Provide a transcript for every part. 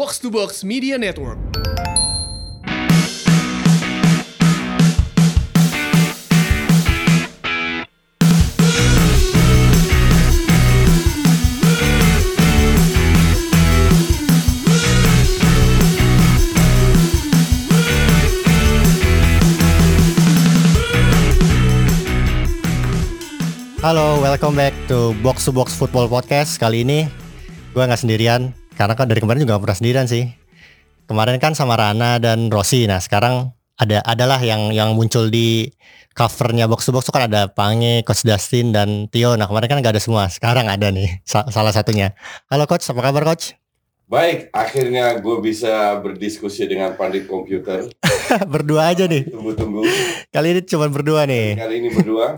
Box to Box Media Network. Halo, welcome back to Box Football Podcast. Kali ini gue gak sendirian, karena kan dari kemarin juga gak pernah sendirian sih. Kemarin kan sama Rana dan Rossi. Nah sekarang adalah yang muncul di covernya Box to Box tuh kan ada Pange, Coach Dustin dan Tio. Nah kemarin kan gak ada semua, sekarang ada nih salah satunya. Halo Coach, apa kabar Coach? Baik, akhirnya gue bisa berdiskusi dengan pandit komputer. Berdua aja nih. Tunggu. Kali ini cuma berdua nih. Kali ini berdua.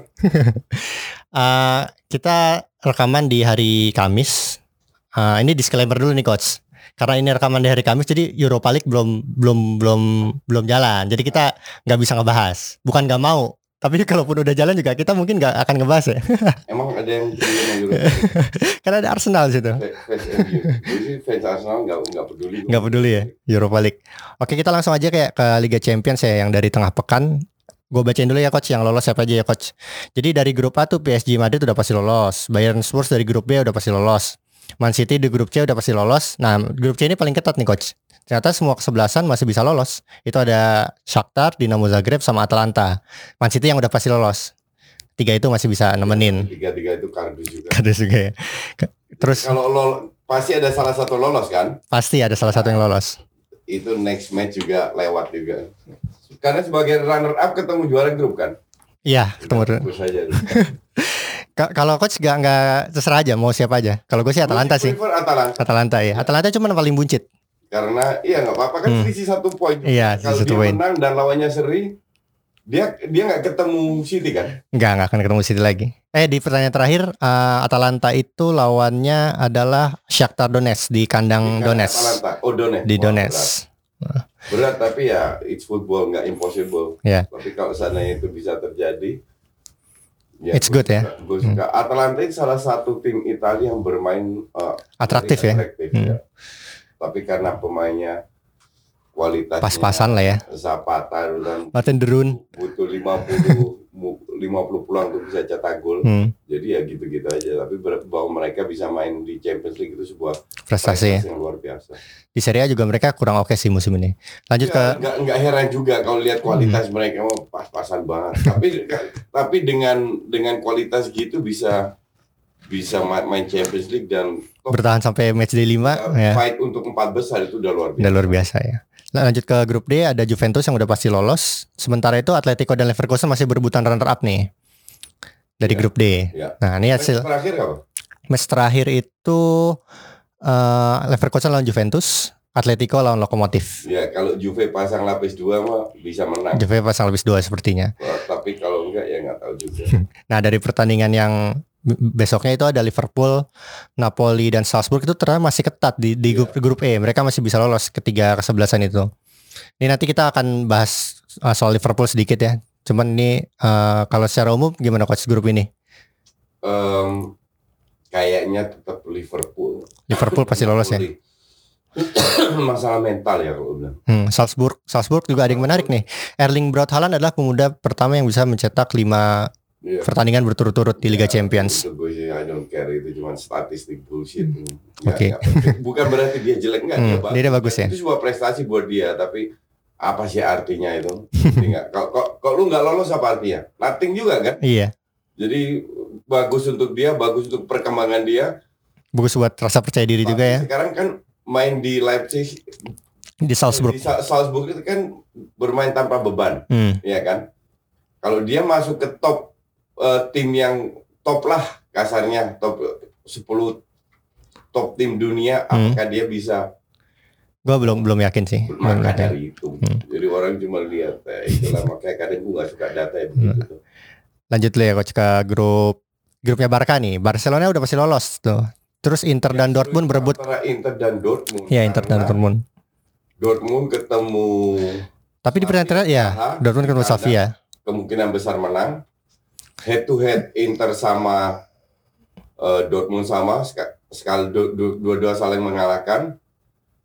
Kita rekaman di hari Kamis. Ini disclaimer dulu nih Coach. Karena ini rekaman di hari Kamis, jadi Europa League belum jalan. Jadi kita nggak bisa ngebahas. Bukan nggak mau, tapi kalaupun udah jalan juga kita mungkin nggak akan ngebahas ya. Emang ada yang Europa Karena ada Arsenal situ. Fans Arsenal nggak peduli. Nggak peduli ya Europa League. Oke, kita langsung aja kayak ke Liga Champions ya, yang dari tengah pekan. Gue bacain dulu ya Coach, yang lolos siapa aja ya Coach. Jadi dari grup A tuh PSG Madrid udah pasti lolos. Bayern Spurs dari grup B udah pasti lolos. Man City di grup C udah pasti lolos. Nah grup C ini paling ketat nih Coach. Ternyata semua kesebelasan masih bisa lolos. Itu ada Shakhtar, Dinamo Zagreb sama Atalanta. Man City yang udah pasti lolos. 3 itu masih bisa nemenin. 3 itu kardus juga. Kardus juga ya. Terus kalau pasti ada salah satu lolos kan? Pasti ada salah satu yang lolos. Itu next match juga lewat juga. Karena sebagai runner up ketemu juara grup kan? Iya, ketemu. Saja. Kalau Coach nggak terserah aja mau siapa aja. Kalau gue sih Atalanta sih. Atalanta ya. Atalanta cuma paling buncit. Karena iya nggak apa-apa kan selisih 1 poin. Iya, kalau dia menang dan lawannya seri, dia nggak ketemu City kan? Nggak akan ketemu City lagi. Di pertanyaan terakhir, Atalanta itu lawannya adalah Shakhtar Donetsk di kandang Donetsk. Donetsk. Di Donetsk. Berat tapi ya it's football, nggak impossible. Yeah. Tapi kalau seandainya itu bisa terjadi, ya it's good ya. Gue suka. Atalanta itu salah satu tim Italia yang bermain atraktif ya. Ya. Tapi karena pemainnya kualitasnya pas-pasan lah ya. Zapata dan Martin Derun butuh 50 peluang untuk bisa cetak gol. Jadi ya gitu-gitu aja. Tapi bahwa mereka bisa main di Champions League itu sebuah prestasi yang luar biasa. Di Serie A juga mereka kurang oke sih musim ini. Lanjut ya, nggak heran juga kalau lihat kualitas mereka pas-pasan banget. tapi dengan kualitas gitu bisa main Champions League dan bertahan sampai match day 5 ya. Fight untuk 4 besar itu udah luar biasa. Udah luar biasa ya. Nah, lanjut ke grup D, ada Juventus yang udah pasti lolos. Sementara itu Atletico dan Leverkusen masih berebutan runner up nih dari grup D. Ya. Nah ini hasil terakhir apa? Match terakhir itu Leverkusen lawan Juventus, Atletico lawan Lokomotif. Ya kalau Juve pasang lapis 2 mah bisa menang. Juve pasang lapis 2 sepertinya. Tapi kalau enggak ya nggak tahu juga. Nah dari pertandingan yang besoknya itu ada Liverpool, Napoli dan Salzburg, itu ternyata masih ketat di grup E. Mereka masih bisa lolos ketiga kesebelasan itu. Ini nanti kita akan bahas soal Liverpool sedikit ya. Cuman ini kalau secara umum gimana Coach grup ini? Kayaknya tetap Liverpool. Liverpool pasti lolos ya. Masalah mental ya kalau bilang. Salzburg juga ada yang menarik nih. Erling Braut Haaland adalah pemuda pertama yang bisa mencetak 5 pertandingan berturut-turut di Liga Champions. Itu gue I don't care, itu cuma statistik bullshit. Oke. Bukan berarti dia jelek enggak, dia bagus ya. Itu sebuah prestasi buat dia, tapi apa sih artinya itu? Kalau lu nggak lolos apa artinya? Nothing juga kan? Iya. Jadi bagus untuk dia, bagus untuk perkembangan dia. Bagus buat rasa percaya diri juga ya. Sekarang kan main di Leipzig, di Salzburg. Di Salzburg itu kan bermain tanpa beban, ya kan? Kalau dia masuk ke top tim yang top lah kasarnya, top 10 top tim dunia, apakah dia bisa? Gue belum yakin sih. Maka dari itu, jadi orang cuma lihat, itulah makanya kadang gue nggak suka data ya begitu. Lanjut lah ya Coach ke grupnya Barca nih. Barcelona udah pasti lolos tuh. Terus Inter dan Dortmund berebut. Inter dan Dortmund. Ya Inter dan Dortmund. Dortmund ketemu. Tapi di pertandingan ya Dortmund ketemu Sofia. Kemungkinan besar menang. Head to head Inter sama Dortmund sama sekali dua-dua saling mengalahkan.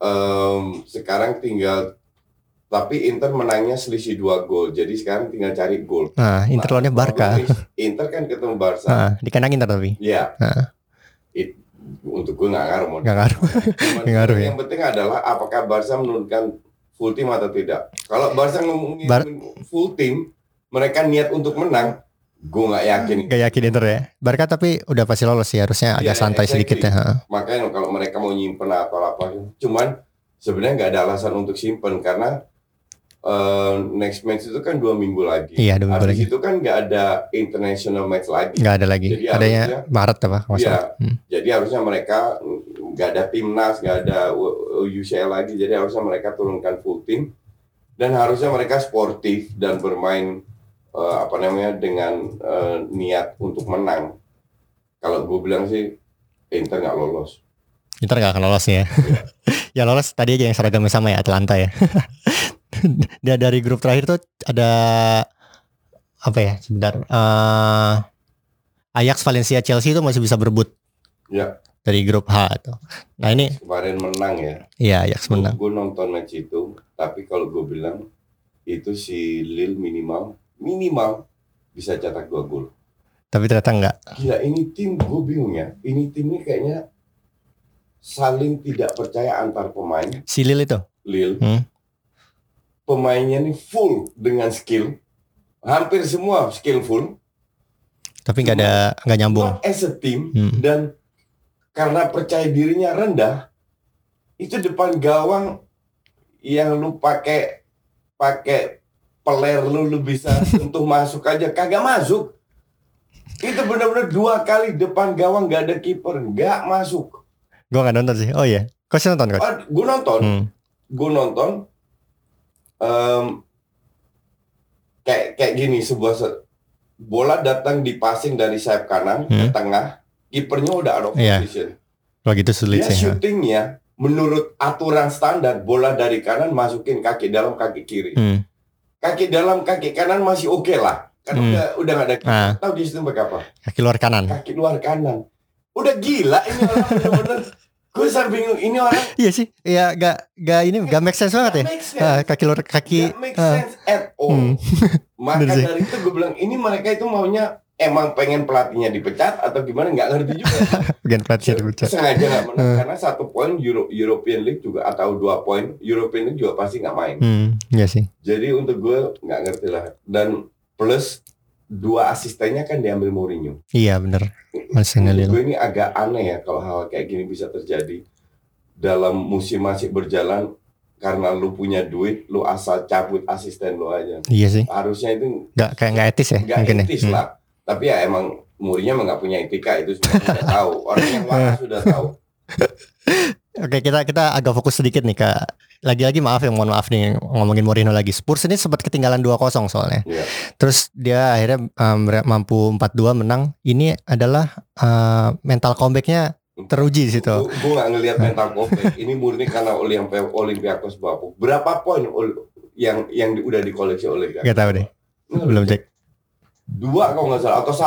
sekarang tinggal, tapi Inter menangnya selisih 2 gol. Jadi sekarang tinggal cari gol. Nah, Inter lawannya Barca. Inter kan ketemu Barca. Di kandang Inter tapi. Iya. Untuk gue nggak ngaruh. Ngaruh ya. Yang penting adalah apakah Barca menurunkan full team atau tidak. Kalau Barca ngomongin full team, mereka niat untuk menang. Gue nggak yakin. Gak yakin Inter ya. Barca tapi udah pasti lolos sih, harusnya agak santai sedikit ya. Makanya kalau mereka mau nyimpen atau apa, cuman sebenarnya nggak ada alasan untuk simpen karena next match itu kan 2 minggu lagi. Iya, 2 minggu lagi. Itu kan nggak ada international match lagi. Nggak ada lagi. Jadi adanya Maret apa? Iya. Jadi harusnya mereka nggak ada timnas, nggak ada UCL lagi. Jadi harusnya mereka turunkan full team dan harusnya mereka sportif dan bermain dengan niat untuk menang. Kalau gue bilang sih Inter nggak lolos. Inter nggak akan lolos ya. Ya lolos tadi aja yang seragamnya sama ya, Atalanta ya. Dia dari grup terakhir tuh ada apa ya? Sebentar. Ajax, Valencia, Chelsea itu masih bisa berebut. Ya. Dari grup H tuh. Nah ini kemarin menang ya. Iya, Ajax menang. Gue nonton match itu, tapi kalau gue bilang itu si Lille minimal bisa cetak 2 gol. Tapi ternyata enggak. Gila, ini tim gue bingung ya. Ini tim ini kayaknya saling tidak percaya antar pemain. Si Lille itu? Lille. Pemainnya nih full dengan skill. Hampir semua skillful. Tapi nggak nyambung. Not as a team. Dan karena percaya dirinya rendah, itu depan gawang yang lu pakai peler lu bisa sentuh masuk aja, kagak masuk. Itu benar-benar 2 kali depan gawang gak ada kiper, gak masuk. Gue gak nonton sih. Oh iya, Coach nonton Coach? Gue nonton. Kayak gini, sebuah bola datang di passing dari sayap kanan ke tengah, kipernya udah out of position. Kalau gitu sulit sih. Dia syutingnya menurut aturan standar, bola dari kanan masukin kaki dalam kaki kiri. Kaki dalam kaki kanan masih oke lah. Kan udah gak ada kiper. Tahu di situ pakai apa? Kaki luar kanan. Kaki luar kanan. Udah gila ini orang bener-bener. Gue bingung ini orang. Iya sih. Iya gak make sense banget ya. Kaki luar kaki. Gak make sense at all. Maka dari itu gue bilang ini mereka itu maunya emang pengen pelatihnya dipecat atau gimana, nggak ngerti juga. Pengen pelatihnya dipecat. Sengaja nggak menang karena 1 poin European League juga atau 2 poin European League juga pasti nggak main. Iya sih. Jadi untuk gue nggak ngerti lah. Dan plus 2 asistennya kan diambil Mourinho. Iya benar. Gue ini agak aneh ya kalau hal kayak gini bisa terjadi dalam musim masih berjalan. Karena lu punya duit, lu asal cabut asisten lu aja. Iya sih. Harusnya itu nggak etis ya. Nggak etis lah. Tapi ya emang Mourinho nggak punya etika, itu semua sudah tahu. Orang yang waras sudah tahu. Oke, kita agak fokus sedikit nih Kak. Lagi-lagi mohon maaf nih ngomongin Mourinho lagi. Spurs ini sempat ketinggalan 2-0 soalnya. Yeah. Terus dia akhirnya mampu 4-2 menang. Ini adalah mental comeback-nya teruji di situ. Gue nggak ngelihat mental comeback. Ini murni karena Olympiakos babak. Berapa poin yang udah dikoleksi oleh Gak tahu deh. Belum cek. 2 kalau nggak salah atau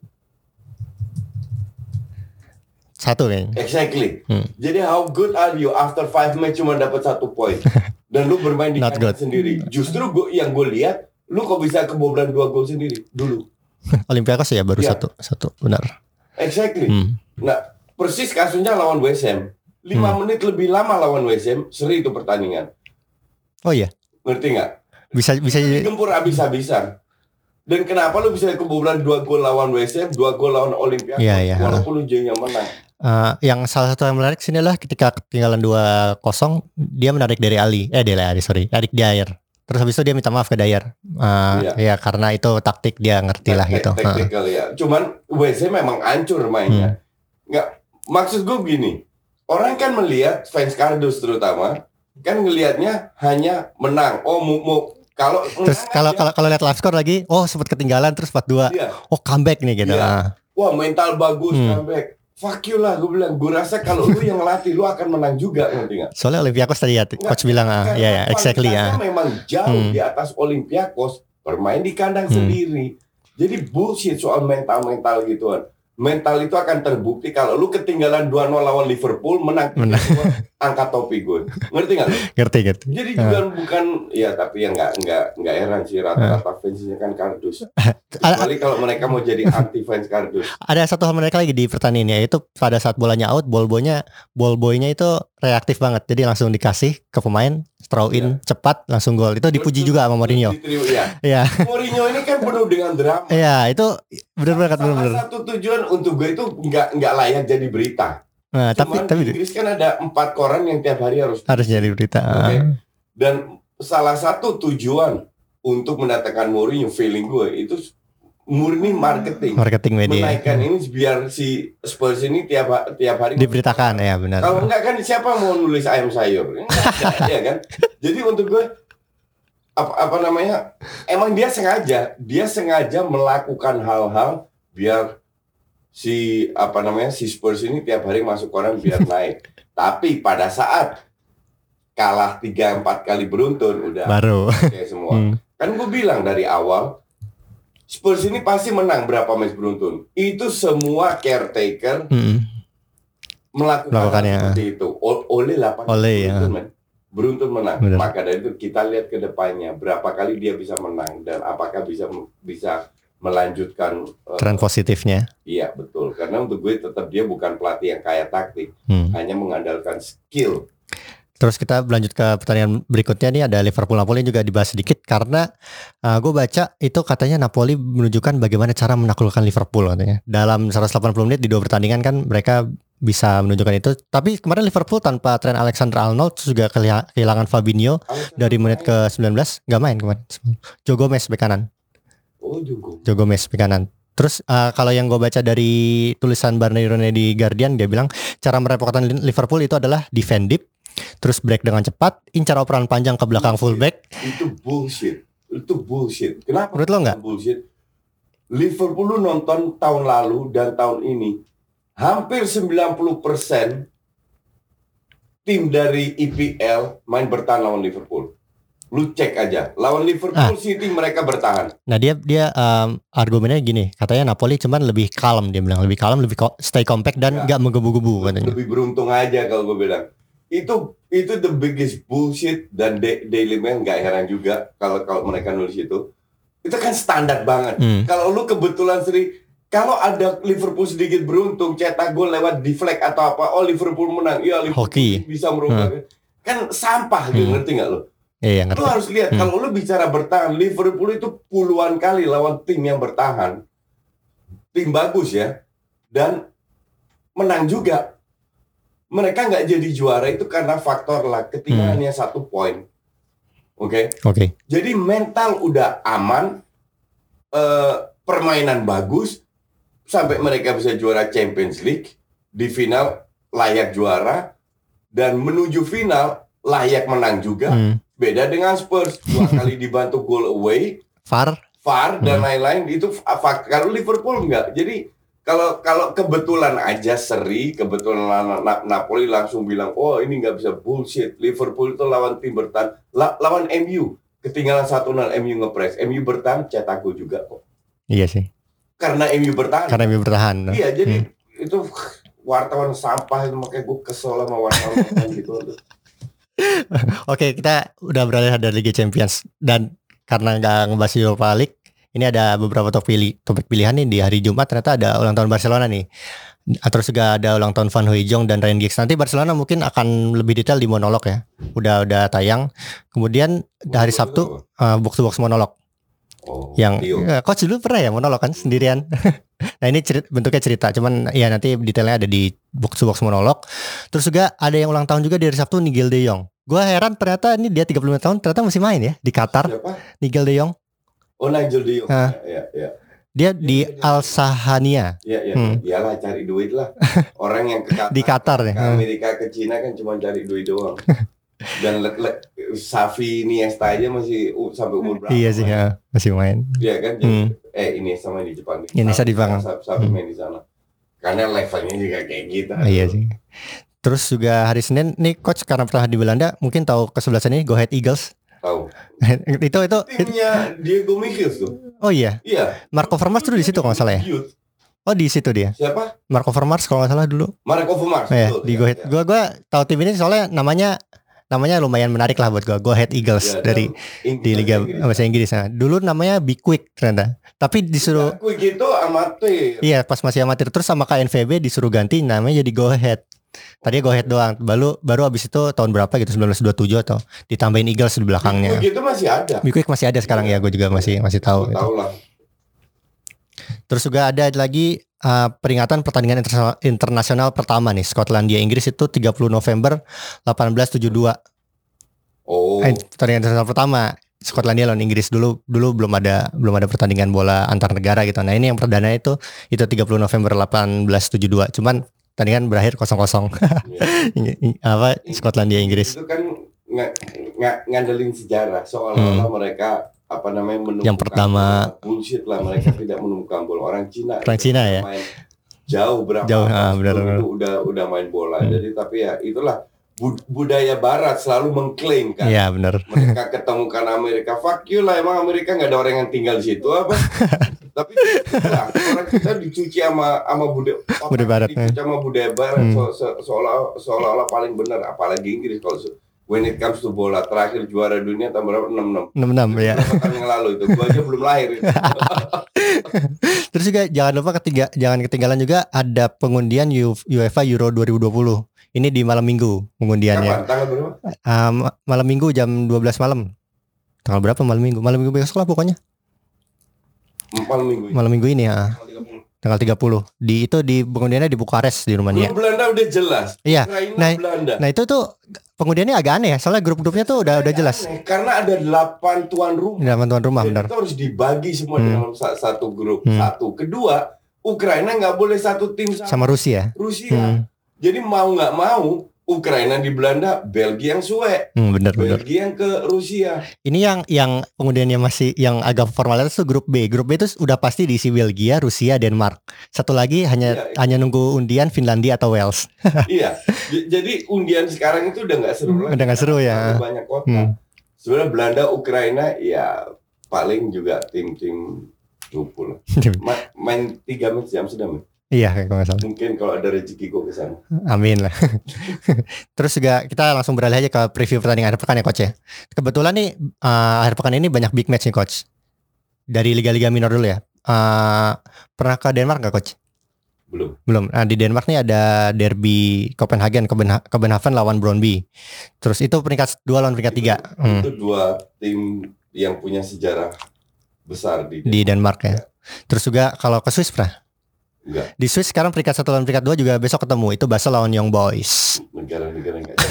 1 kayaknya. Exactly. Jadi how good are you after 5 match cuma dapat 1 poin dan lu bermain di kandang sendiri. Justru yang gue lihat, lu kok bisa kebobolan 2 gol sendiri dulu. Olympiakos ya baru satu benar. Exactly. Nah persis kasusnya lawan West Ham. 5 menit lebih lama lawan West Ham, seri itu pertandingan. Oh iya. Ngerti nggak? Bisa digempur habis-habisan. Dan kenapa lu bisa kebobolan 2 gol lawan West Ham, 2 gol lawan Olympiakos, walaupun ujungnya menang. Yang salah satu yang menarik sini adalah ketika ketinggalan 2-0, dia menarik dari Eric Dier. Terus habis itu dia minta maaf ke Dier. Ya karena itu taktik dia ngerti lah gitu. Taktikal ya. Cuman West Ham memang hancur mainnya. Nggak, maksud gue gini, orang kan melihat fans Kardus terutama kan ngelihatnya hanya menang. Kalau lihat live score lagi, sempat ketinggalan terus 4-2. Iya. Comeback nih gitu. Iya. Wah, mental bagus comeback. Fuck you lah, gue bilang. Gue rasa kalau lu yang ngelatih, lu akan menang juga, ngerti nggak? Soalnya Olympiakos tadi ya, coach bilang exactly ya. Memang jauh di atas Olympiakos, bermain di kandang sendiri. Jadi bullshit soal mental gituan. mental itu akan terbukti kalau lu ketinggalan 2-0 lawan Liverpool, menang. Angkat topi gue. Ngerti nggak lu? Ngerti. Jadi juga bukan, ya tapi ya nggak heran sih, rata-rata fansnya kan kardus. Kecuali kalau mereka mau jadi anti fans kardus. Ada satu hal menarik lagi di pertandingan ya, itu pada saat bolanya out, ball boynya itu reaktif banget. Jadi langsung dikasih ke pemain, throw in cepat langsung gol. Itu dipuji juga sama Mourinho. Ya. Mourinho ini kan penuh dengan drama. Iya, itu benar-benar. Salah satu tujuan untuk gue itu nggak layak jadi berita. Nah, tapi di Inggris kan ada 4 koran yang tiap hari harus jadi berita. Okay. Dan salah satu tujuan untuk mendatangkan Mourinho, feeling gue itu murni marketing media. Menaikkan ini biar si Spurs ini tiap hari diberitakan, ya benar. Kalau enggak kan siapa mau nulis ayam sayur? Ya kan. Jadi untuk gue apa namanya? Emang dia sengaja melakukan hal-hal biar si Spurs ini tiap hari masuk koran biar naik. Tapi pada saat kalah 3-4 kali beruntun udah baru kayak semua. Kan gue bilang dari awal Spurs ini pasti menang berapa match beruntun. Itu semua caretaker melakukannya seperti itu. Oleh 8 beruntun menang. Benar. Maka dari itu kita lihat ke depannya berapa kali dia bisa menang dan apakah bisa melanjutkan tren positifnya. Iya betul, karena untuk gue tetap dia bukan pelatih yang kaya taktik, hanya mengandalkan skill. Terus kita berlanjut ke pertandingan berikutnya nih, ada Liverpool-Napoli juga dibahas sedikit karena gue baca itu katanya Napoli menunjukkan bagaimana cara menaklukkan Liverpool katanya. Dalam 180 menit di 2 pertandingan kan mereka bisa menunjukkan itu. Tapi kemarin Liverpool tanpa Trent Alexander-Arnold juga kehilangan Fabinho dari menit ke 19, nggak main kemarin. Joe Gomez bek kanan. Joe Gomez bek kanan. Terus kalau yang gue baca dari tulisan Barney di Guardian, dia bilang cara merepotkan Liverpool itu adalah defend deep, terus break dengan cepat, incar operan panjang ke belakang fullback. Itu bullshit. Kenapa? Menurut lo nggak? Bullshit. Liverpool lu nonton tahun lalu dan tahun ini, hampir 90% tim dari EPL main bertahan lawan Liverpool. Lu cek aja, lawan Liverpool City mereka bertahan. Nah dia argumennya gini, katanya Napoli cuman lebih kalem, dia bilang lebih kalem, lebih stay compact dan nggak menggebu-gebu katanya. Lebih beruntung aja kalau gue bilang. Itu the biggest bullshit dan Daily Mail nggak heran juga kalau mereka nulis itu. Itu kan standar banget. Kalau lu kebetulan kalau ada Liverpool sedikit beruntung cetak gol lewat deflect atau apa, Liverpool menang, iya Liverpool bisa merubah. Kan sampah gitu, ngerti nggak lu? Iya, lu harus lihat kalau lu bicara bertahan, Liverpool itu puluhan kali lawan tim yang bertahan, tim bagus ya, dan menang juga. Mereka nggak jadi juara itu karena faktor ketinggalannya 1 poin. Oke. Jadi mental udah aman, permainan bagus, sampai mereka bisa juara Champions League, di final layak juara, dan menuju final layak menang juga. Beda dengan Spurs, 2 kali dibantu goal away, VAR dan lain-lain. Itu kalau Liverpool enggak. Jadi kalau kebetulan aja kebetulan Napoli langsung bilang, ini nggak bisa, bullshit. Liverpool itu lawan tim bertahan, lawan MU ketinggalan 1-0, MU ngepres, MU bertahan, cetak gol juga kok. Iya sih. Karena MU bertahan. Iya, jadi itu wartawan sampah itu, makanya gue kesel sama wartawan gitu. Oke, kita udah beralih dari Liga Champions, dan karena nggak ngebahas Europa League, ini ada beberapa topik pilihan nih. Di hari Jumat ternyata ada ulang tahun Barcelona nih. Terus juga ada ulang tahun Van Hooijdonk dan Ryan Giggs. Nanti Barcelona mungkin akan lebih detail di monolog ya. Udah tayang. Kemudian hari Sabtu box to box monolog. Coach dulu pernah ya monolog kan sendirian. Nah ini bentuknya cerita, cuman ya nanti detailnya ada di box to box monolog. Terus juga ada yang ulang tahun juga di hari Sabtu, Nigel de Jong. Gue heran ternyata ini dia 35 tahun ternyata masih main ya di Qatar. Siapa? Nigel de Jong. Nigel de Jong. Ya. Dia di Al Sahania. Iyalah, cari duit lah. Orang yang ke Qatar, di Qatar ya. Ke Amerika, ke Cina kan cuma cari duit doang. Dan Xavi Iniesta aja masih sampai umur berapa? Iya sih ya, masih main. Iya kan? Ini sama di Jepang. Iniesta di Jepang. Xavi main di sana. Karena levelnya juga kayak gitu. Iya sih. Terus juga hari Senin nih coach karena pernah di Belanda, mungkin tahu kesebelasan ini Go Ahead Eagles. Tahu. itu timnya Diego Michels tuh. Oh iya. Iya. Marco Vermaas tuh di situ kalau nggak salah ya. Oh di situ dia. Siapa? Mark Overmars kalau nggak salah dulu. Mark Overmars. Ya, di Go Ahead. Gue tahu tim ini soalnya namanya lumayan menarik lah buat gue. Go Ahead Eagles dari di Liga bahasa Inggris. Nah, dulu namanya Be Quick ternyata. Tapi disuruh Quick itu amatir. Iya, pas masih amatir terus sama KNVB disuruh ganti namanya jadi Go Ahead. Tadinya Go Ahead doang. Baru abis itu tahun berapa gitu 1927 atau ditambahin Eagles di belakangnya. Be Quick itu masih ada. Be Quick masih ada sekarang ya, gue juga masih tahu. Tahu lah. Terus juga ada lagi peringatan pertandingan internasional pertama nih, Skotlandia Inggris itu 30 November 1872. Oh. Pertandingan internasional pertama Skotlandia lawan Inggris dulu belum ada pertandingan bola antar negara gitu. Nah, ini yang perdana itu 30 November 1872. Cuman pertandingan berakhir 0-0. Skotlandia Inggris. Itu kan ngandelin sejarah soal-soal mereka menemukan yang pertama bullshit lah, mereka tidak menemukan bola. Orang Cina ya main jauh benar. Itu udah main bola. Jadi tapi ya itulah budaya Barat selalu mengklaim kan. Iya benar. Mereka ketemukan Amerika, fuck you lah, emang Amerika nggak ada orang yang tinggal di situ apa? Tapi orang kita dicuci sama budaya Barat, dicuci sama budaya Barat seolah-olah paling benar, apalagi Inggris kalau when it comes to bola. Terakhir juara dunia tahun berapa? 66 ya. Tahun yang lalu itu gua aja belum lahir itu. Terus juga jangan ketinggalan juga ada pengundian UEFA Euro 2020. Ini di malam Minggu pengundiannya. Kapan? Tanggal berapa? Malam Minggu jam 12 malam. Tanggal berapa malam Minggu? Malam Minggu besok lah pokoknya. Malam Minggu ini ya. Tanggal 30. Itu di pengundiannya di Bukares di Rumania. Belanda udah jelas. Iya. Nah itu tuh pengundiannya agak aneh ya. Soalnya grup-grupnya tuh udah jelas. Karena ada 8 tuan rumah. 8 tuan rumah, benar. Itu harus dibagi semua dalam satu grup. Satu. Kedua, Ukraina nggak boleh satu tim sama Rusia. Jadi mau nggak mau Ukraina di Belanda, Belgia yang suwe. Benar. Belgia yang ke Rusia. Ini yang pengundiannya masih yang agak formal itu grup B. Grup B itu udah pasti diisi Belgia, Rusia, Denmark. Satu lagi hanya nunggu undian Finlandia atau Wales. Iya. Jadi undian sekarang itu udah nggak seru lagi. Udah nggak seru ya. Banyak kota. Sebenarnya Belanda, Ukraina ya paling juga tim-tim cukup lah. Main 3 match jam sudah. Iya, kalau nggak salah. Mungkin kalau ada rezeki gue kesana. Amin lah. Terus juga kita langsung beralih aja ke preview pertandingan akhir pekan ya coach ya. Kebetulan nih akhir pekan ini banyak big match nih coach. Dari liga-liga minor dulu ya. Pernah ke Denmark nggak coach? Belum. Nah di Denmark nih ada derby Copenhagen lawan Brøndby. Terus itu peringkat 2 lawan peringkat 3. Itu 2 tim yang punya sejarah besar di Denmark ya. Terus juga kalau ke Swiss pernah? Enggak. Di Swiss sekarang peringkat 1 lawan peringkat 2 juga besok ketemu. Itu Basel lawan Young Boys. Negara-negara enggak.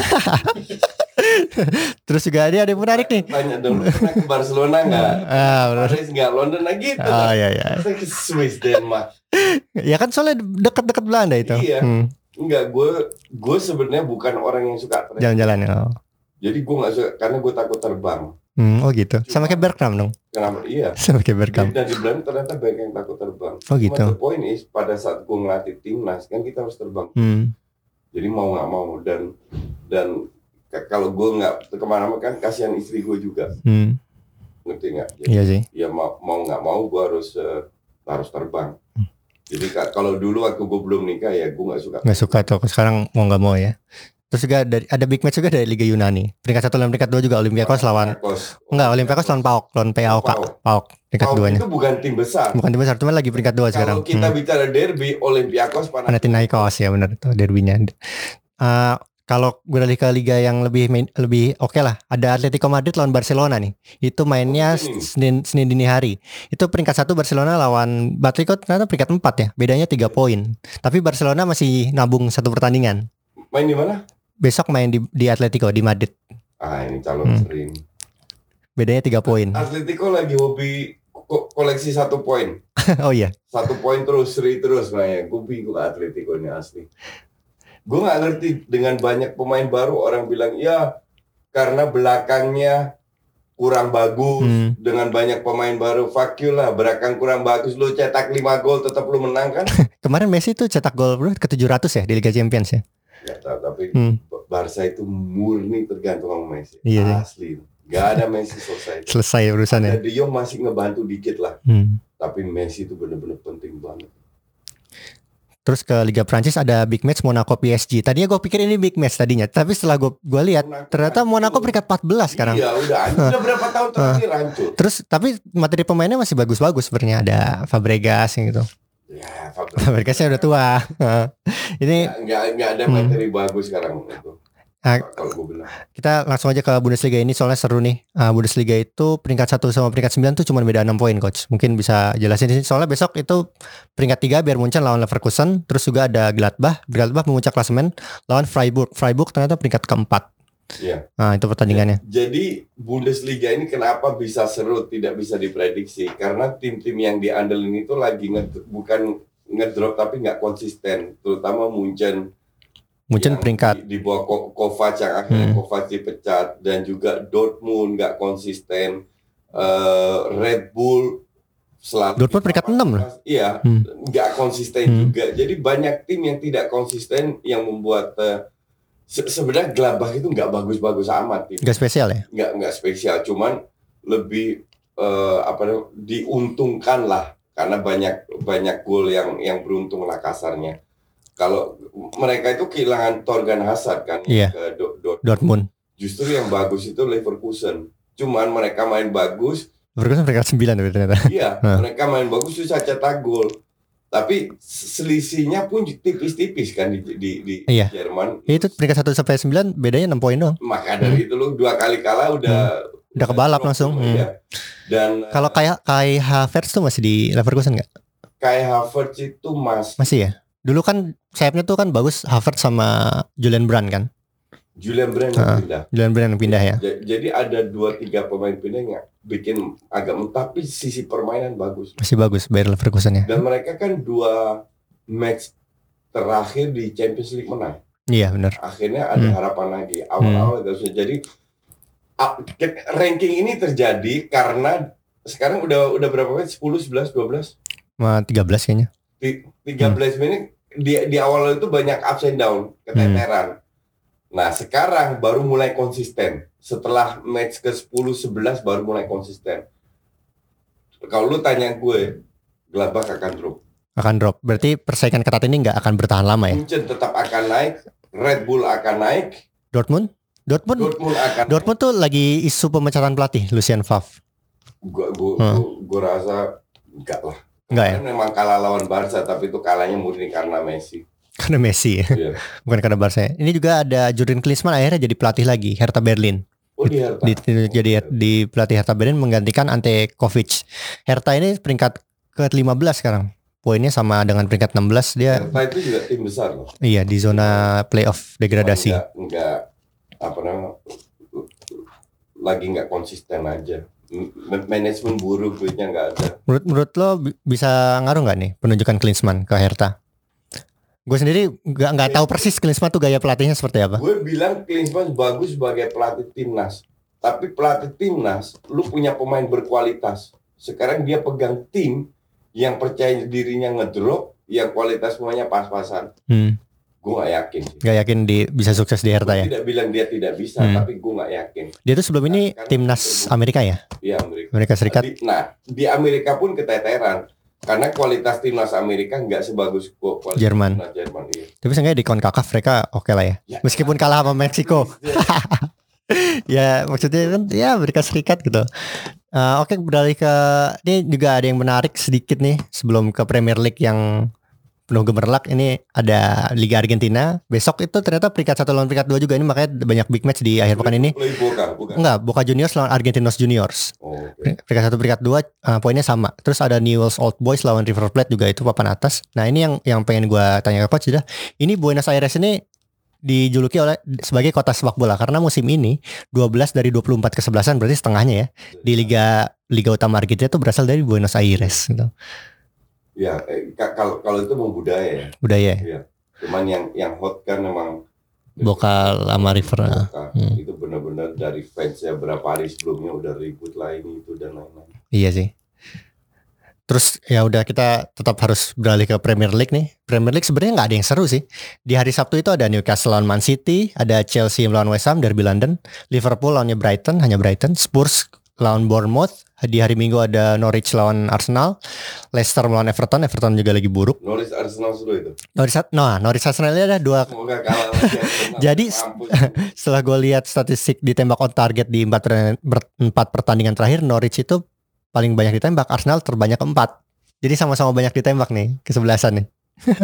Terus juga ada yang menarik nih. Tanya dong, pernah ke Barcelona enggak? Paris enggak, London lagi gitu. Iya. Ke Swiss, Denmark. Ya kan soalnya dekat-dekat Belanda itu. Iya. Enggak, gue sebenarnya bukan orang yang suka jalan-jalan ya. Jadi gue enggak suka karena gue takut terbang. Oh gitu. Sama kayak Bergkamp dong. Kenapa? Iya. Sama kayak Bergkamp. Dan di Belanda ternyata banyak yang takut terbang. Oh gitu. The point is pada saat gue ngelatih timnas kan kita harus terbang. Jadi mau nggak mau dan kalau gue nggak kemana-mana kan kasihan istri gue juga. Ngerti nggak? Iya sih. Ya mau nggak mau gue harus terbang. Jadi kalau dulu waktu gue belum nikah ya gue nggak suka. Nggak suka tuh. Sekarang mau nggak mau ya. Terus juga ada big match juga dari Liga Yunani. Peringkat 1 lawan peringkat 2 juga Olympiakos lawan Olympiakos lawan PAOK peringkat 2-nya. Itu bukan tim besar. Bukan tim besar, cuma lagi peringkat 2 sekarang. Kalau kita bicara derby Olympiakos Panathinaikos ya benar itu derbynya. Kalau beralih ke liga yang lebih oke lah, ada Atletico Madrid lawan Barcelona nih. Itu mainnya Senin dini hari. Itu peringkat 1 Barcelona lawan Atletico ternyata peringkat 4 ya. Bedanya 3 poin. Tapi Barcelona masih nabung 1 pertandingan. Main di mana? Besok main di Atletico di Madrid. Ini calon sering. Bedanya 3 poin. Atletico lagi hobi koleksi 1 poin. Oh iya. 1 poin terus, seri terus mainnya. Gue bingung Atletico ini asli. Gue nggak ngerti dengan banyak pemain baru orang bilang ya karena belakangnya kurang bagus dengan banyak pemain baru. Fuck you lah, belakang kurang bagus lu cetak 5 gol tetap lu menang kan? Kemarin Messi tuh cetak gol ke 700 ya di Liga Champions ya. Ya, tapi Barca itu murni tergantung sama Messi. Iya, asli. Gak ada Messi selesai urusannya. Ada De Jong masih ngebantu dikit lah. Tapi Messi itu benar-benar penting banget. Terus ke Liga Prancis ada big match Monaco PSG. Tadinya gue pikir ini big match tadinya, tapi setelah gue lihat ternyata Monaco peringkat 14 sekarang. Iya, udah berapa tahun terakhir hancur. Terus tapi materi pemainnya masih bagus-bagus sebenarnya, ada Fabregas gitu. Ya, Fabregasnya udah tua. Ini nggak ada materi bagus sekarang itu. Kalau gue bilang. Kita langsung aja ke Bundesliga ini soalnya seru nih. Bundesliga itu peringkat 1 sama peringkat 9 tuh cuma beda 6 poin coach. Mungkin bisa jelasin di sini soalnya besok itu peringkat 3 Bayern Munchen lawan Leverkusen, terus juga ada Gladbach memuncak klasemen lawan Freiburg ternyata peringkat keempat. Iya. Nah, itu pertandingannya. Jadi Bundesliga ini kenapa bisa seru, tidak bisa diprediksi karena tim-tim yang diandelin itu lagi bukan ngedrop tapi nggak konsisten, terutama Munchen peringkat di bawah Kovac yang akhirnya Kovac dipecat, dan juga Dortmund nggak konsisten, Red Bull selalu Dortmund peringkat 6 loh. Iya, nggak konsisten juga. Jadi banyak tim yang tidak konsisten yang membuat sebenarnya Gladbach itu nggak bagus-bagus amat. Nggak spesial ya? Nggak spesial, cuman lebih diuntungkan lah karena banyak gol yang beruntung lah kasarnya. Kalau mereka itu kehilangan Thorgan Hazard kan ke Dortmund. Justru yang bagus itu Leverkusen. Cuman mereka main bagus. Leverkusen peringkat 9 ternyata. Iya, mereka main bagus susah cetak gol. Tapi selisihnya pun tipis-tipis kan di Jerman. Itu peringkat 1 sampai 9 bedanya 6 poin doang. Maka dari itu lo 2 kali kalah udah kebalap langsung. Dan kalau Kai Havertz tuh masih di Leverkusen nggak? Kai Havertz itu masih ya. Dulu kan sayapnya tuh kan bagus Havertz sama Julian Brandt kan. Julian Brandt yang pindah ya. Jadi ada 2-3 pemain pindah yang bikin agak tapi sisi permainan bagus. Masih bagus Bayer Leverkusen ya. Dan mereka kan 2 match terakhir di Champions League menang. Iya benar. Akhirnya ada harapan lagi. Awal-awal gak usah. Jadi ranking ini terjadi karena sekarang udah berapa match? 10, 11, 12? 13 kayaknya. 13 menit di awal itu banyak ups and down, keteteran. Nah, sekarang baru mulai konsisten. Setelah match ke-10 11 baru mulai konsisten. Kalau lu tanya gue, Gladbach akan drop. Akan drop. Berarti persaingan ketat ini nggak akan bertahan lama ya? Munchen tetap akan naik, Red Bull akan naik. Dortmund tuh lagi isu pemecatan pelatih Lucien Favre. Gue rasa enggak lah. Enggak ya? Memang kalah lawan Barca, tapi itu kalahnya murni karena Messi. Karena Messi ya? Yeah. Bukan karena Barca. Ini juga ada Jurgen Klinsmann akhirnya jadi pelatih lagi Hertha Berlin. Jadi di pelatih Hertha Berlin menggantikan Ante Kovic. Hertha ini peringkat ke-15 sekarang. Poinnya sama dengan peringkat 16 dia. Hertha itu juga tim besar loh. Iya, di zona playoff degradasi. Enggak lagi nggak konsisten aja. Manajemen buruk, duitnya nggak ada. Menurut lo bisa ngaruh nggak nih penunjukan Klinsmann ke Hertha? Gue sendiri nggak tahu persis Klinsmann tuh gaya pelatihnya seperti apa. Gue bilang Klinsmann bagus sebagai pelatih timnas, tapi pelatih timnas, lu punya pemain berkualitas. Sekarang dia pegang tim yang percaya dirinya ngedrop, yang kualitas semuanya pas-pasan. Gue gak yakin. Gak yakin bisa sukses di Hertha ya? Tidak bilang dia tidak bisa, tapi gue gak yakin. Dia tuh sebelum ini timnas Amerika ya? Iya, Amerika Serikat. Di Amerika pun keteteran. Karena kualitas timnas Amerika gak sebagus kualitas Jerman. Jerman iya. Tapi seenggaknya di CONCACAF mereka oke lah ya. Meskipun kalah sama Meksiko. Ya maksudnya kan ya Amerika Serikat gitu. Oke, beralih ke ini juga ada yang menarik sedikit nih sebelum ke Premier League yang penuh gemerlap. Ini ada Liga Argentina. Besok itu ternyata peringkat 1 lawan peringkat 2 juga. Ini makanya banyak big match di akhir pekan ini. Enggak, Boca Juniors lawan Argentinos Juniors. Peringkat 1 peringkat 2 poinnya sama. Terus ada Newell's Old Boys lawan River Plate juga, itu papan atas. Nah ini yang pengen gue tanya ke coach sudah. Ini Buenos Aires ini dijuluki sebagai kota sepak bola karena musim ini 12 dari 24 kesebelasan, berarti setengahnya ya di Liga Utama Argentina itu berasal dari Buenos Aires gitu. Ya, kalau itu memang budaya. Budaya. Ya. Cuman yang hot kan memang Boca sama River. Itu benar-benar dari fansnya berapa hari sebelumnya udah ribut lah ini itu dan lain-lain. Iya sih. Terus ya udah kita tetap harus beralih ke Premier League nih. Premier League sebenarnya nggak ada yang seru sih. Di hari Sabtu itu ada Newcastle lawan Man City, ada Chelsea lawan West Ham, Derby London, Liverpool lawannya Brighton, hanya Brighton, Spurs lawan Bournemouth, di hari Minggu ada Norwich lawan Arsenal, Leicester melawan Everton. Everton juga lagi buruk. Norwich Arsenal seru itu. Norwich Arsenal ini ada 2. Semoga kalah lagi Arsenal. Jadi setelah gue lihat statistik ditembak on target di 4 pertandingan terakhir, Norwich itu paling banyak ditembak, Arsenal terbanyak 4. Jadi sama-sama banyak ditembak nih, kesebelasan nih.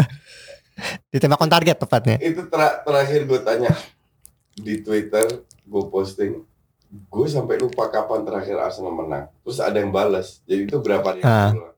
Ditembak on target tepatnya. Itu terakhir gue tanya di Twitter, gue posting, gue sampai lupa kapan terakhir Arsenal menang. Terus ada yang balas. Jadi itu berapa hari yang lalu?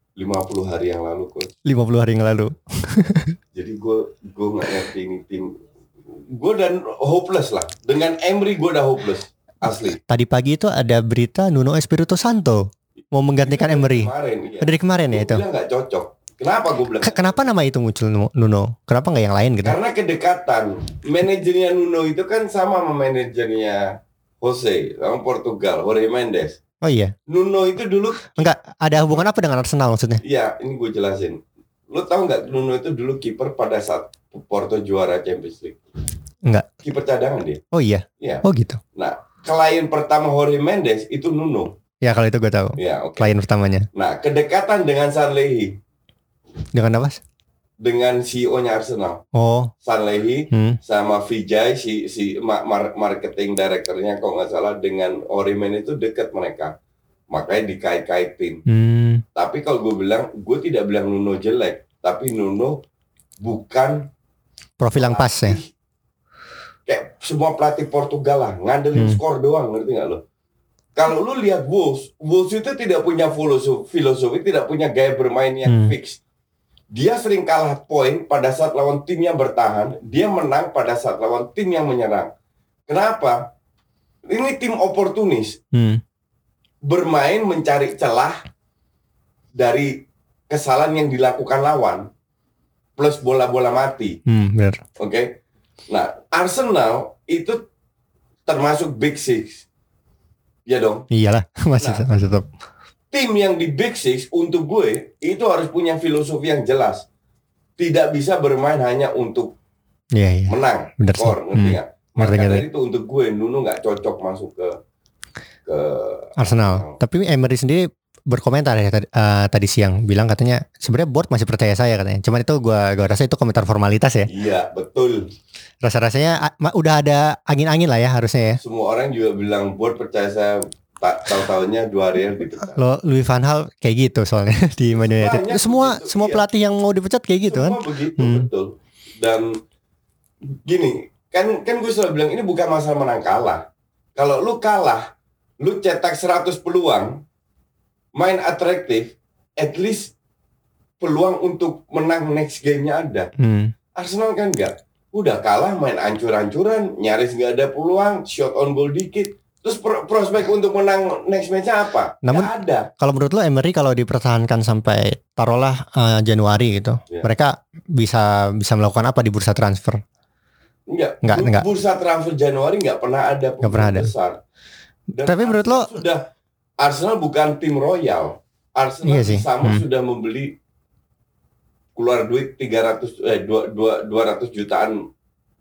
50 hari yang lalu kok. 50 hari yang lalu. Jadi gue nggak ngerti ini tim. Gue dan hopeless lah. Dengan Emery gue udah hopeless. Asli. Tadi pagi itu ada berita Nuno Espirito Santo mau menggantikan Emery. Dari kemarin ya itu. Gue bilang nggak cocok. Kenapa gue bilang? Kenapa nama itu muncul Nuno? Kenapa nggak yang lain gitu? Karena kedekatan. Manajernya Nuno itu kan sama manajernya Jose, orang Portugal, Jorge Mendes. Oh iya. Nuno itu dulu enggak ada hubungan apa dengan Arsenal maksudnya? Iya, ini gue jelasin. Lo tahu nggak Nuno itu dulu kiper pada saat Porto juara Champions League? Enggak. Kiper cadangan dia. Oh iya. Iya. Oh gitu. Nah, klien pertama Jorge Mendes itu Nuno. Ya kalau itu gue tahu. Ya, oke. Klien pertamanya. Nah, kedekatan dengan Sanllehi. Dengan apa? Dengan CEO-nya Arsenal. Oh. Sanllehi sama Vijay si marketing directornya kalau nggak salah dengan Orimen itu dekat mereka. Makanya dikait-kaitin. Tapi kalau gue tidak bilang Nuno jelek, tapi Nuno bukan profil yang pas ya. Kayak semua pelatih Portugal lah, ngandelin skor doang, ngerti nggak lo? Kalau lu lihat Wolves itu tidak punya filosofi, tidak punya gaya bermain yang fix. Dia sering kalah poin pada saat lawan tim yang bertahan, dia menang pada saat lawan tim yang menyerang. Kenapa? Ini tim oportunis. Bermain mencari celah dari kesalahan yang dilakukan lawan plus bola-bola mati. Benar. Oke. Nah, Arsenal itu termasuk Big Six. Ya dong. Iyalah, masih top. Tim yang di Big Six untuk gue itu harus punya filosofi yang jelas. Tidak bisa bermain hanya untuk menang. Skor, ngerti nggak? Maka dari itu untuk gue Nuno nggak cocok masuk ke Arsenal. Tapi Emery sendiri berkomentar ya tadi siang bilang katanya sebenarnya board masih percaya saya katanya. Cuman itu gua rasa itu komentar formalitas ya. Iya, betul. Rasa-rasanya udah ada angin-angin lah ya harusnya ya. Semua orang juga bilang board percaya saya. Tahu-tahunya 2 hari dipecat. Louis van Gaal kayak gitu soalnya di Man United. Semua pelatih yang mau dipecat kayak gitu semua kan. Begitu, betul. Dan gini, kan gue selalu bilang ini bukan masalah menang kalah. Kalau lu kalah, lu cetak 100 peluang, main atraktif, at least peluang untuk menang next game-nya ada. Arsenal kan enggak. Udah kalah, main ancur-ancuran, nyaris nggak ada peluang, shot on goal dikit. Terus prospek untuk menang next match-nya apa? Namun nggak ada. Kalau menurut lo Emery kalau dipertahankan sampai taruhlah Januari gitu, mereka bisa melakukan apa di bursa transfer? Enggak. Bursa transfer Januari nggak pernah ada besar. Dan tapi menurut lo Arsenal bukan tim royal. Arsenal sudah membeli keluar duit 200 jutaan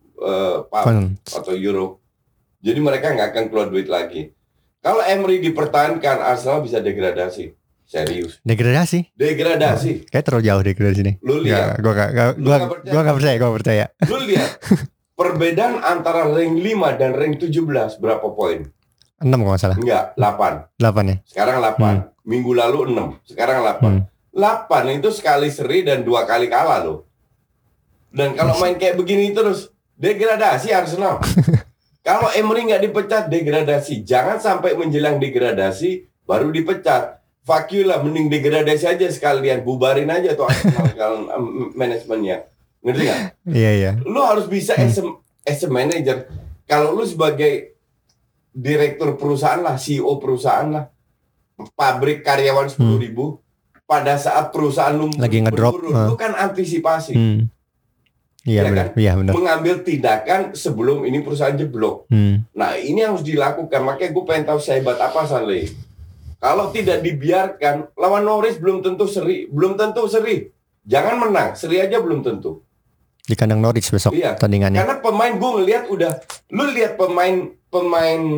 pound atau euro. Jadi mereka nggak akan keluar duit lagi. Kalau Emery dipertahankan, Arsenal bisa degradasi. Serius. Degradasi? Kayak terlalu jauh degradasi nih. Lu lihat. Gue nggak percaya. Lu lihat. Perbedaan antara rank 5 dan rank 17 berapa poin? 6 kalau nggak salah. Enggak, 8. 8 ya? Sekarang 8. Minggu lalu 6. Sekarang 8. 8 itu sekali seri dan 2 kali kalah loh. Dan kalau main kayak begini terus, degradasi Arsenal. Kalau Emery nggak dipecat, degradasi. Jangan sampai menjelang degradasi baru dipecat. Fuck you lah, mending degradasi aja sekalian, bubarin aja tuh Arsenal manajemennya. Ngerti nggak? Iya. Lu harus bisa as a manager. Kalau lu sebagai direktur perusahaan lah, CEO perusahaan lah, pabrik karyawan 10.000, pada saat perusahaan lu lagi ngedrop, lu kan antisipasi. Iya benar. Iya benar. Mengambil tindakan sebelum ini perusahaan jeblok. Nah ini yang harus dilakukan. Makanya gue pengen tahu sehebat apa Sanllehi. Kalau tidak dibiarkan, lawan Norwich belum tentu seri. Jangan menang, seri aja belum tentu. Di kandang Norwich besok tandingannya. Karena pemain gue ngelihat udah, lu lihat pemain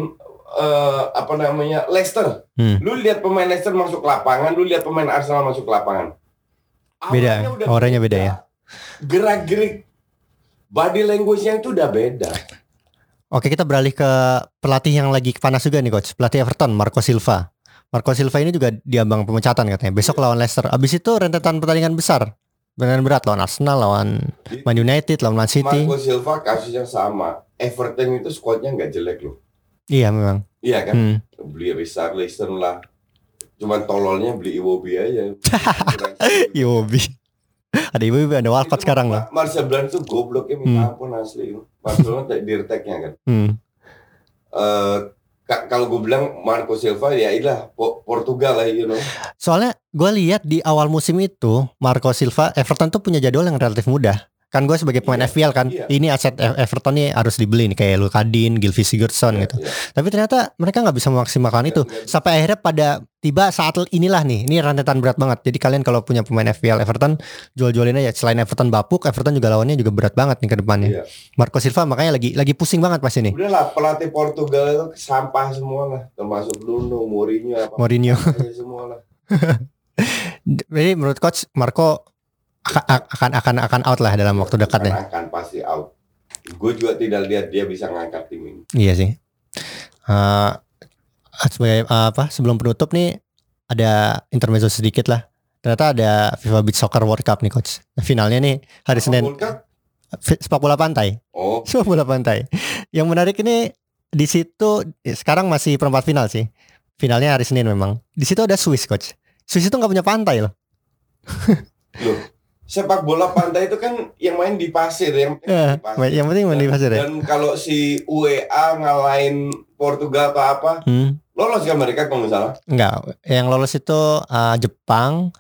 Leicester. Lu lihat pemain Leicester masuk lapangan, lu lihat pemain Arsenal masuk lapangan. Beda, auranya beda ya. Gerak-gerik body language-nya itu udah beda. Oke, kita beralih ke pelatih yang lagi panas juga nih coach. Pelatih Everton, Marco Silva. Marco Silva ini juga diambang pemecatan katanya. Besok lawan Leicester. Abis itu rentetan pertandingan besar. Pertandingan berat lawan Arsenal, lawan Man United, lawan Man City. Marco Silva kasusnya sama. Everton itu squadnya nggak jelek loh. Iya memang. Iya kan? Beli Richarlison lah. Cuman tololnya beli Iwobi aja. Iwobi. Ada Iwobi, ada Walcott sekarang loh. Marcel Brands tuh gobloknya minta ampun asli. Barcelona dirteknya kan. Kalau gue bilang Marco Silva ya ilah Portugal lah, Soalnya gue lihat di awal musim itu Marco Silva Everton tuh punya jadwal yang relatif mudah. Kan gue sebagai pemain FPL kan, ini aset Everton nih harus dibeli nih kayak Lukadin, Gylfi Sigurdsson gitu. Tapi ternyata mereka nggak bisa memaksimalkan itu. Sampai akhirnya pada tiba saat inilah nih, ini rentetan berat banget. Jadi kalian kalau punya pemain FPL Everton, jual-jualin aja. Selain Everton bapuk, Everton juga lawannya juga berat banget nih ke depannya. Marco Silva makanya lagi pusing banget pas ini. Udah lah, pelatih Portugal itu sampah semua lah, termasuk Bruno, Mourinho semua lah. Jadi menurut coach Marco akan out lah dalam waktu dekat ya. Akan pasti out. Gue juga tidak lihat dia bisa ngangkat tim ini. Iya sih. Sebagai sebelum penutup nih ada intermezzo sedikit lah. Ternyata ada FIFA Beach Soccer World Cup nih coach. Finalnya nih hari Senin. Sepak bola pantai. Oh. Sepak bola pantai. Yang menarik ini di situ sekarang masih perempat final sih. Finalnya hari Senin memang. Di situ ada Swiss coach. Swiss itu nggak punya pantai loh. Loh. Sepak bola pantai itu kan yang main di pasir, yang penting main di pasir ya. Dan kalau si UEA ngalahin Portugal atau apa, lolos kan mereka kalau nggak salah? Enggak, yang lolos itu Jepang,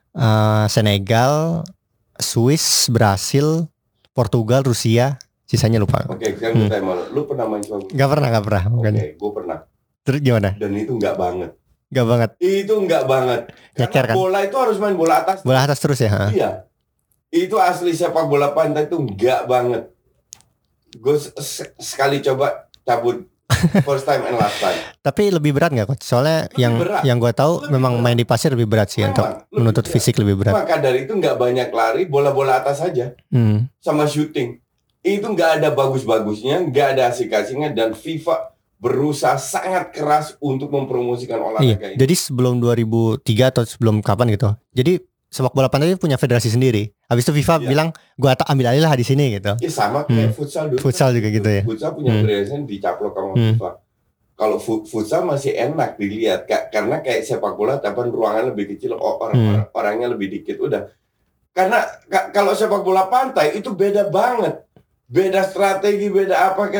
Senegal, Swiss, Brasil, Portugal, Rusia, sisanya lupa. Oke, sekarang gue tanya malu, lu pernah main sepak bola? Nggak pernah. Oke, gue pernah. Terus gimana? Dan itu nggak banget. Nggak banget. Itu nggak banget. Nyeker kan? Bola itu harus main bola atas. Bola atas terus ya? Iya. Itu asli sepak bola pantai itu enggak banget. Gue sekali coba cabut first time and last time. Tapi lebih berat nggak coach? Soalnya yang gue tahu memang main di pasir lebih berat sih untuk menuntut fisik lebih berat. Maka dari itu nggak banyak lari, bola-bola atas saja, sama shooting. Itu nggak ada bagus-bagusnya, nggak ada asik-asiknya, dan FIFA berusaha sangat keras untuk mempromosikan olahraga ini. Jadi sebelum 2003 atau sebelum kapan gitu. Jadi sepak bola pantai itu punya federasi sendiri. Habis itu FIFA bilang, gua ambil alih lah di sini gitu. Ya sama kayak futsal dulu. Futsal juga gitu ya. Futsal punya federasi dicaplok sama FIFA. Kalau futsal masih enak dilihat karena kayak sepak bola tapi ruangan lebih kecil, orangnya lebih dikit udah. Karena kalau sepak bola pantai itu beda banget. Beda strategi, beda apa.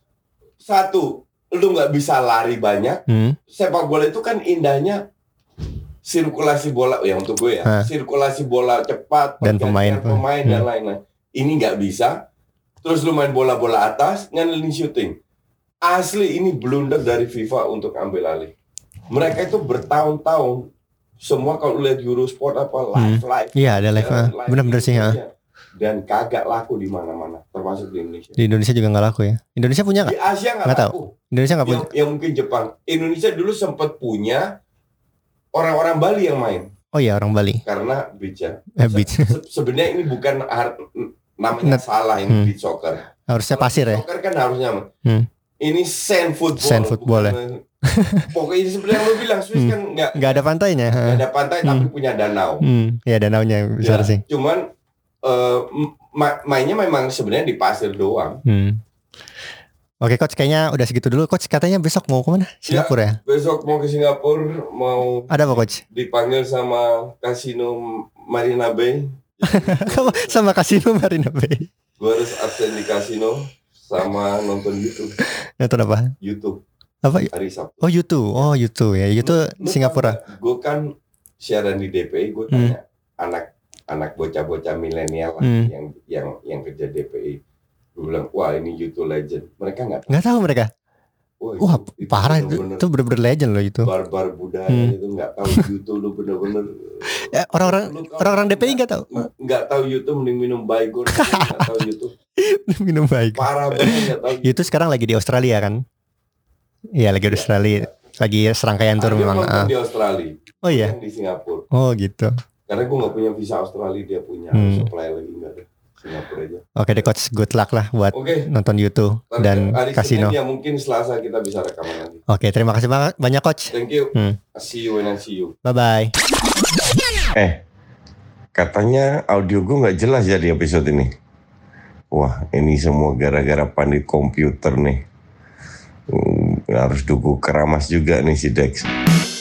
Satu, lu nggak bisa lari banyak. Sepak bola itu kan indahnya sirkulasi bola, ya untuk gue ya, sirkulasi bola cepat dan pemain dan lain-lain. Ini nggak bisa. Terus lu main bola-bola atas, ngandelin shooting. Asli ini blunder dari FIFA untuk ambil alih. Mereka itu bertahun-tahun. Semua kalau lihat Eurosport apa live. Iya ada live. Benar-benar sih ya. Dan kagak laku di mana-mana, termasuk di Indonesia. Di Indonesia juga nggak laku ya. Indonesia punya nggak? Di Asia nggak laku. Tahu. Indonesia nggak punya. Yang mungkin Jepang. Indonesia dulu sempat punya orang-orang Bali yang main. Oh iya, orang Bali. Karena beach ya. Beach. Sebenarnya ini bukan namanya salah ini beach soccer. Harusnya pasir ya. Soccer kan harusnya. Ini sand football. Sand football ya. Pokoknya sebenarnya lo bilang Swiss kan nggak ada pantainya. Nggak ada pantai tapi punya danau. Ya danaunya besar sih. Cuman mainnya memang sebenarnya di pasir doang. Oke coach, kayaknya udah segitu dulu. Coach katanya besok mau kemana? Singapura ya? Besok mau ke Singapura, mau ada apa coach? Dipanggil sama kasino Marina Bay. Sama kasino Marina Bay. Gue harus absen di kasino sama nonton YouTube. Nonton apa? YouTube. Apa? Hari Sabtu. Oh YouTube, ya YouTube Singapura. Gue kan siaran di DPI, gue tanya anak bocah-bocah milenial yang kerja DPI. Gue bilang, wah ini YouTube legend. Mereka nggak tahu mereka. Wah itu parah itu bener-bener legend loh itu. Barbar budaya itu nggak tahu YouTube lu bener-bener. Orang DPI nggak tahu. Nggak tahu YouTube, mending minum Baygon. Nggak tahu YouTube. Minum Baygon. Parah banget nggak tahu. Itu sekarang lagi di Australia kan? Iya, lagi di Australia. Lagi serangkaian tur memang. Di Australia. Oh iya. Di Singapura. Oh gitu. Karena gue nggak punya visa Australia, dia punya. Harus apply lagi, nggak ada. Singapura aja. Oke deh coach, good luck lah buat nonton YouTube dan kasino. Ya mungkin Selasa kita bisa rekaman lagi. Oke, terima kasih banyak coach. Thank you. See you when I see you. Bye bye. Katanya audio gue nggak jelas ya di episode ini. Wah, ini semua gara-gara pandit komputer nih. Harus duku keramas juga nih si Dex.